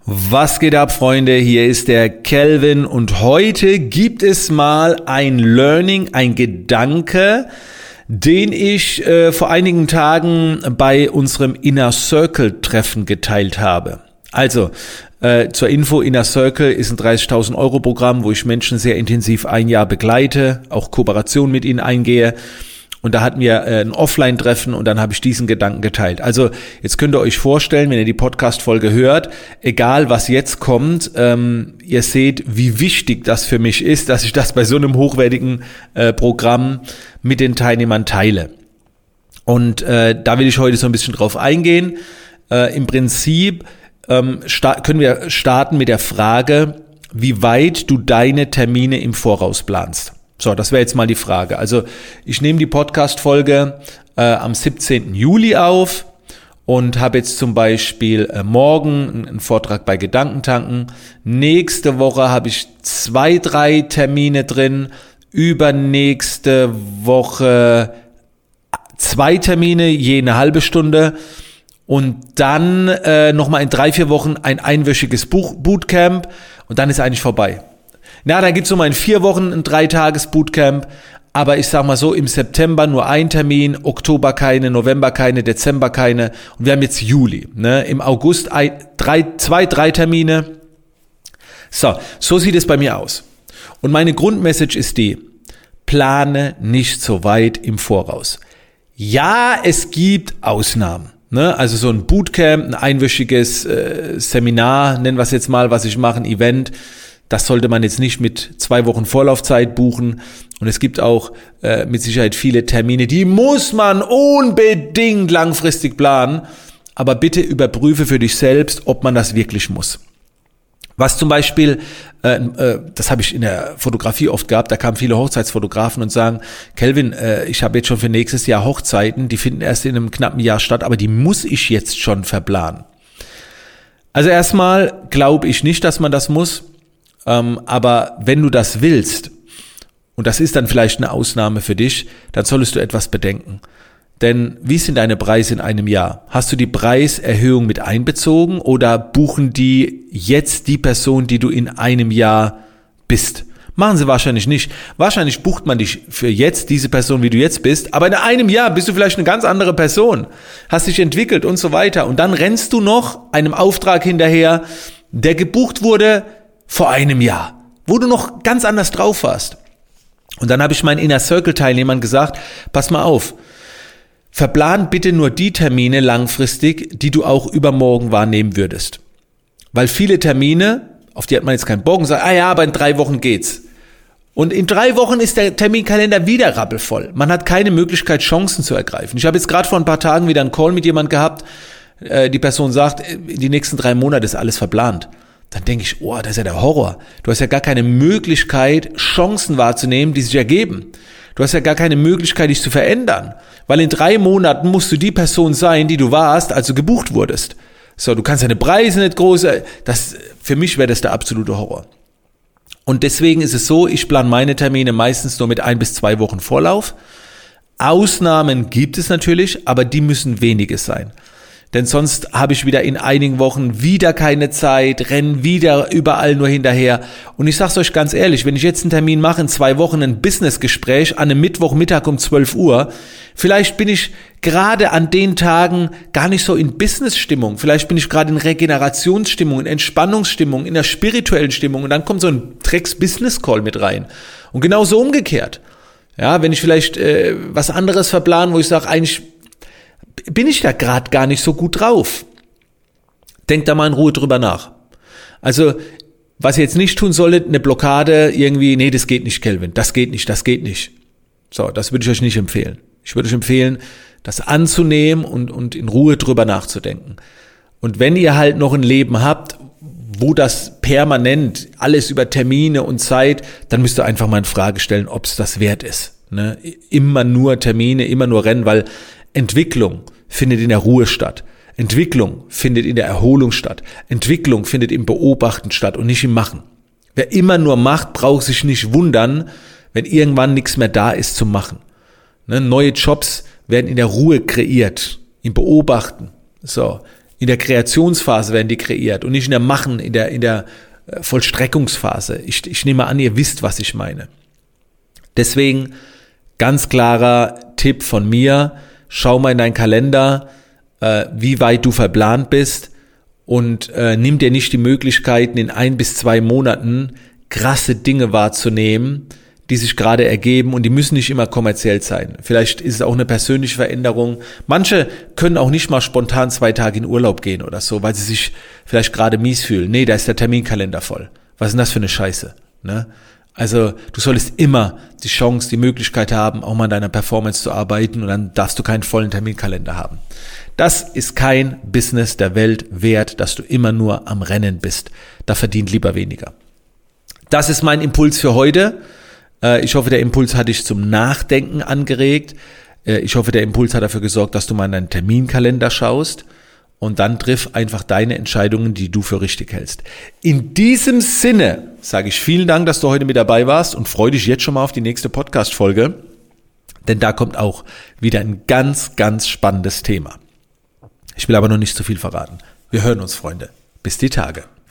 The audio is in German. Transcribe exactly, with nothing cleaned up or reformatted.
Was geht ab, Freunde? Hier ist der Kelvin und heute gibt es mal ein Learning, ein Gedanke, den ich äh, vor einigen Tagen bei unserem Inner Circle Treffen geteilt habe. Also, äh, zur Info, Inner Circle ist ein dreißigtausend Euro Programm, wo ich Menschen sehr intensiv ein Jahr begleite, auch Kooperation mit ihnen eingehe. Und da hatten wir äh, ein Offline-Treffen und dann habe ich diesen Gedanken geteilt. Also jetzt könnt ihr euch vorstellen, wenn ihr die Podcast-Folge hört, egal was jetzt kommt, ähm, ihr seht, wie wichtig das für mich ist, dass ich das bei so einem hochwertigen äh, Programm mit den Teilnehmern teile. Und äh, da will ich heute so ein bisschen drauf eingehen. Äh, im Prinzip ähm, sta- können wir starten mit der Frage, wie weit du deine Termine im Voraus planst. So, das wäre jetzt mal die Frage. Also ich nehme die Podcast-Folge äh, am siebzehnten Juli auf und habe jetzt zum Beispiel äh, morgen einen Vortrag bei Gedankentanken. Nächste Woche habe ich zwei, drei Termine drin. Übernächste Woche zwei Termine, je eine halbe Stunde. Und dann äh, nochmal in drei, vier Wochen ein einwöchiges Buch- Bootcamp und dann ist eigentlich vorbei. Na, dann gibt's nochmal in vier Wochen ein Dreitages-Bootcamp, aber ich sag mal so, im September nur ein Termin, Oktober keine, November keine, Dezember keine und wir haben jetzt Juli, ne? Im August ein, drei, zwei, drei Termine. So, so sieht es bei mir aus. Und meine Grundmessage ist die, plane nicht so weit im Voraus. Ja, es gibt Ausnahmen. Ne, also so ein Bootcamp, ein einwöchiges äh, Seminar, nennen wir es jetzt mal, was ich mache, ein Event, das sollte man jetzt nicht mit zwei Wochen Vorlaufzeit buchen. Und es gibt auch äh, mit Sicherheit viele Termine, die muss man unbedingt langfristig planen. Aber bitte überprüfe für dich selbst, ob man das wirklich muss. Was zum Beispiel, äh, äh, das habe ich in der Fotografie oft gehabt, da kamen viele Hochzeitsfotografen und sagen, Kelvin, äh, ich habe jetzt schon für nächstes Jahr Hochzeiten, die finden erst in einem knappen Jahr statt, aber die muss ich jetzt schon verplanen. Also erstmal glaube ich nicht, dass man das muss, ähm, aber wenn du das willst, und das ist dann vielleicht eine Ausnahme für dich, dann solltest du etwas bedenken. Denn wie sind deine Preise in einem Jahr? Hast du die Preiserhöhung mit einbezogen oder buchen die jetzt die Person, die du in einem Jahr bist? Machen sie wahrscheinlich nicht. Wahrscheinlich bucht man dich für jetzt diese Person, wie du jetzt bist, aber in einem Jahr bist du vielleicht eine ganz andere Person, hast dich entwickelt und so weiter. Und dann rennst du noch einem Auftrag hinterher, der gebucht wurde vor einem Jahr, wo du noch ganz anders drauf warst. Und dann habe ich meinen Inner Circle Teilnehmern gesagt, pass mal auf, verplan bitte nur die Termine langfristig, die du auch übermorgen wahrnehmen würdest. Weil viele Termine, auf die hat man jetzt keinen Bock und sagt, ah ja, aber in drei Wochen geht's. Und in drei Wochen ist der Terminkalender wieder rappelvoll. Man hat keine Möglichkeit, Chancen zu ergreifen. Ich habe jetzt gerade vor ein paar Tagen wieder einen Call mit jemandem gehabt. Die Person sagt, die nächsten drei Monate ist alles verplant. Dann denke ich, oh, das ist ja der Horror. Du hast ja gar keine Möglichkeit, Chancen wahrzunehmen, die sich ergeben. Du hast ja gar keine Möglichkeit, dich zu verändern. Weil in drei Monaten musst du die Person sein, die du warst, als du gebucht wurdest. So, du kannst deine Preise nicht groß, das, für mich wäre das der absolute Horror. Und deswegen ist es so, ich plane meine Termine meistens nur mit ein bis zwei Wochen Vorlauf. Ausnahmen gibt es natürlich, aber die müssen wenige sein. Denn sonst habe ich wieder in einigen Wochen wieder keine Zeit, renne wieder überall nur hinterher. Und ich sag's euch ganz ehrlich, wenn ich jetzt einen Termin mache, in zwei Wochen ein Businessgespräch an einem Mittwochmittag um zwölf Uhr, vielleicht bin ich gerade an den Tagen gar nicht so in Business-Stimmung. Vielleicht bin ich gerade in Regenerationsstimmung, in Entspannungsstimmung, in der spirituellen Stimmung. Und dann kommt so ein Drecks-Business-Call mit rein. Und genauso umgekehrt. Ja, wenn ich vielleicht äh, was anderes verplane, wo ich sage, eigentlich bin ich da gerade gar nicht so gut drauf. Denkt da mal in Ruhe drüber nach. Also, was ihr jetzt nicht tun solltet, eine Blockade irgendwie, nee, das geht nicht, Kelvin, das geht nicht, das geht nicht. So, das würde ich euch nicht empfehlen. Ich würde euch empfehlen, das anzunehmen und, und in Ruhe drüber nachzudenken. Und wenn ihr halt noch ein Leben habt, wo das permanent alles über Termine und Zeit, dann müsst ihr einfach mal in Frage stellen, ob es das wert ist. Ne? Immer nur Termine, immer nur Rennen, weil Entwicklung findet in der Ruhe statt. Entwicklung findet in der Erholung statt. Entwicklung findet im Beobachten statt und nicht im Machen. Wer immer nur macht, braucht sich nicht wundern, wenn irgendwann nichts mehr da ist zum Machen. Ne? Neue Jobs werden in der Ruhe kreiert, im Beobachten. So, In der Kreationsphase werden die kreiert und nicht in der Machen, in der, in der Vollstreckungsphase. Ich, ich nehme an, ihr wisst, was ich meine. Deswegen ganz klarer Tipp von mir, schau mal in deinen Kalender, äh, wie weit du verplant bist und äh, nimm dir nicht die Möglichkeiten, in ein bis zwei Monaten krasse Dinge wahrzunehmen, die sich gerade ergeben und die müssen nicht immer kommerziell sein. Vielleicht ist es auch eine persönliche Veränderung. Manche können auch nicht mal spontan zwei Tage in Urlaub gehen oder so, weil sie sich vielleicht gerade mies fühlen. Nee, da ist der Terminkalender voll. Was ist denn das für eine Scheiße? Ne? Also du solltest immer die Chance, die Möglichkeit haben, auch mal an deiner Performance zu arbeiten und dann darfst du keinen vollen Terminkalender haben. Das ist kein Business der Welt wert, dass du immer nur am Rennen bist. Da verdient lieber weniger. Das ist mein Impuls für heute. Ich hoffe, der Impuls hat dich zum Nachdenken angeregt. Ich hoffe, der Impuls hat dafür gesorgt, dass du mal in deinen Terminkalender schaust und dann triff einfach deine Entscheidungen, die du für richtig hältst. In diesem Sinne sage ich vielen Dank, dass du heute mit dabei warst und freue dich jetzt schon mal auf die nächste Podcast-Folge, denn da kommt auch wieder ein ganz, ganz spannendes Thema. Ich will aber noch nicht zu viel verraten. Wir hören uns, Freunde. Bis die Tage.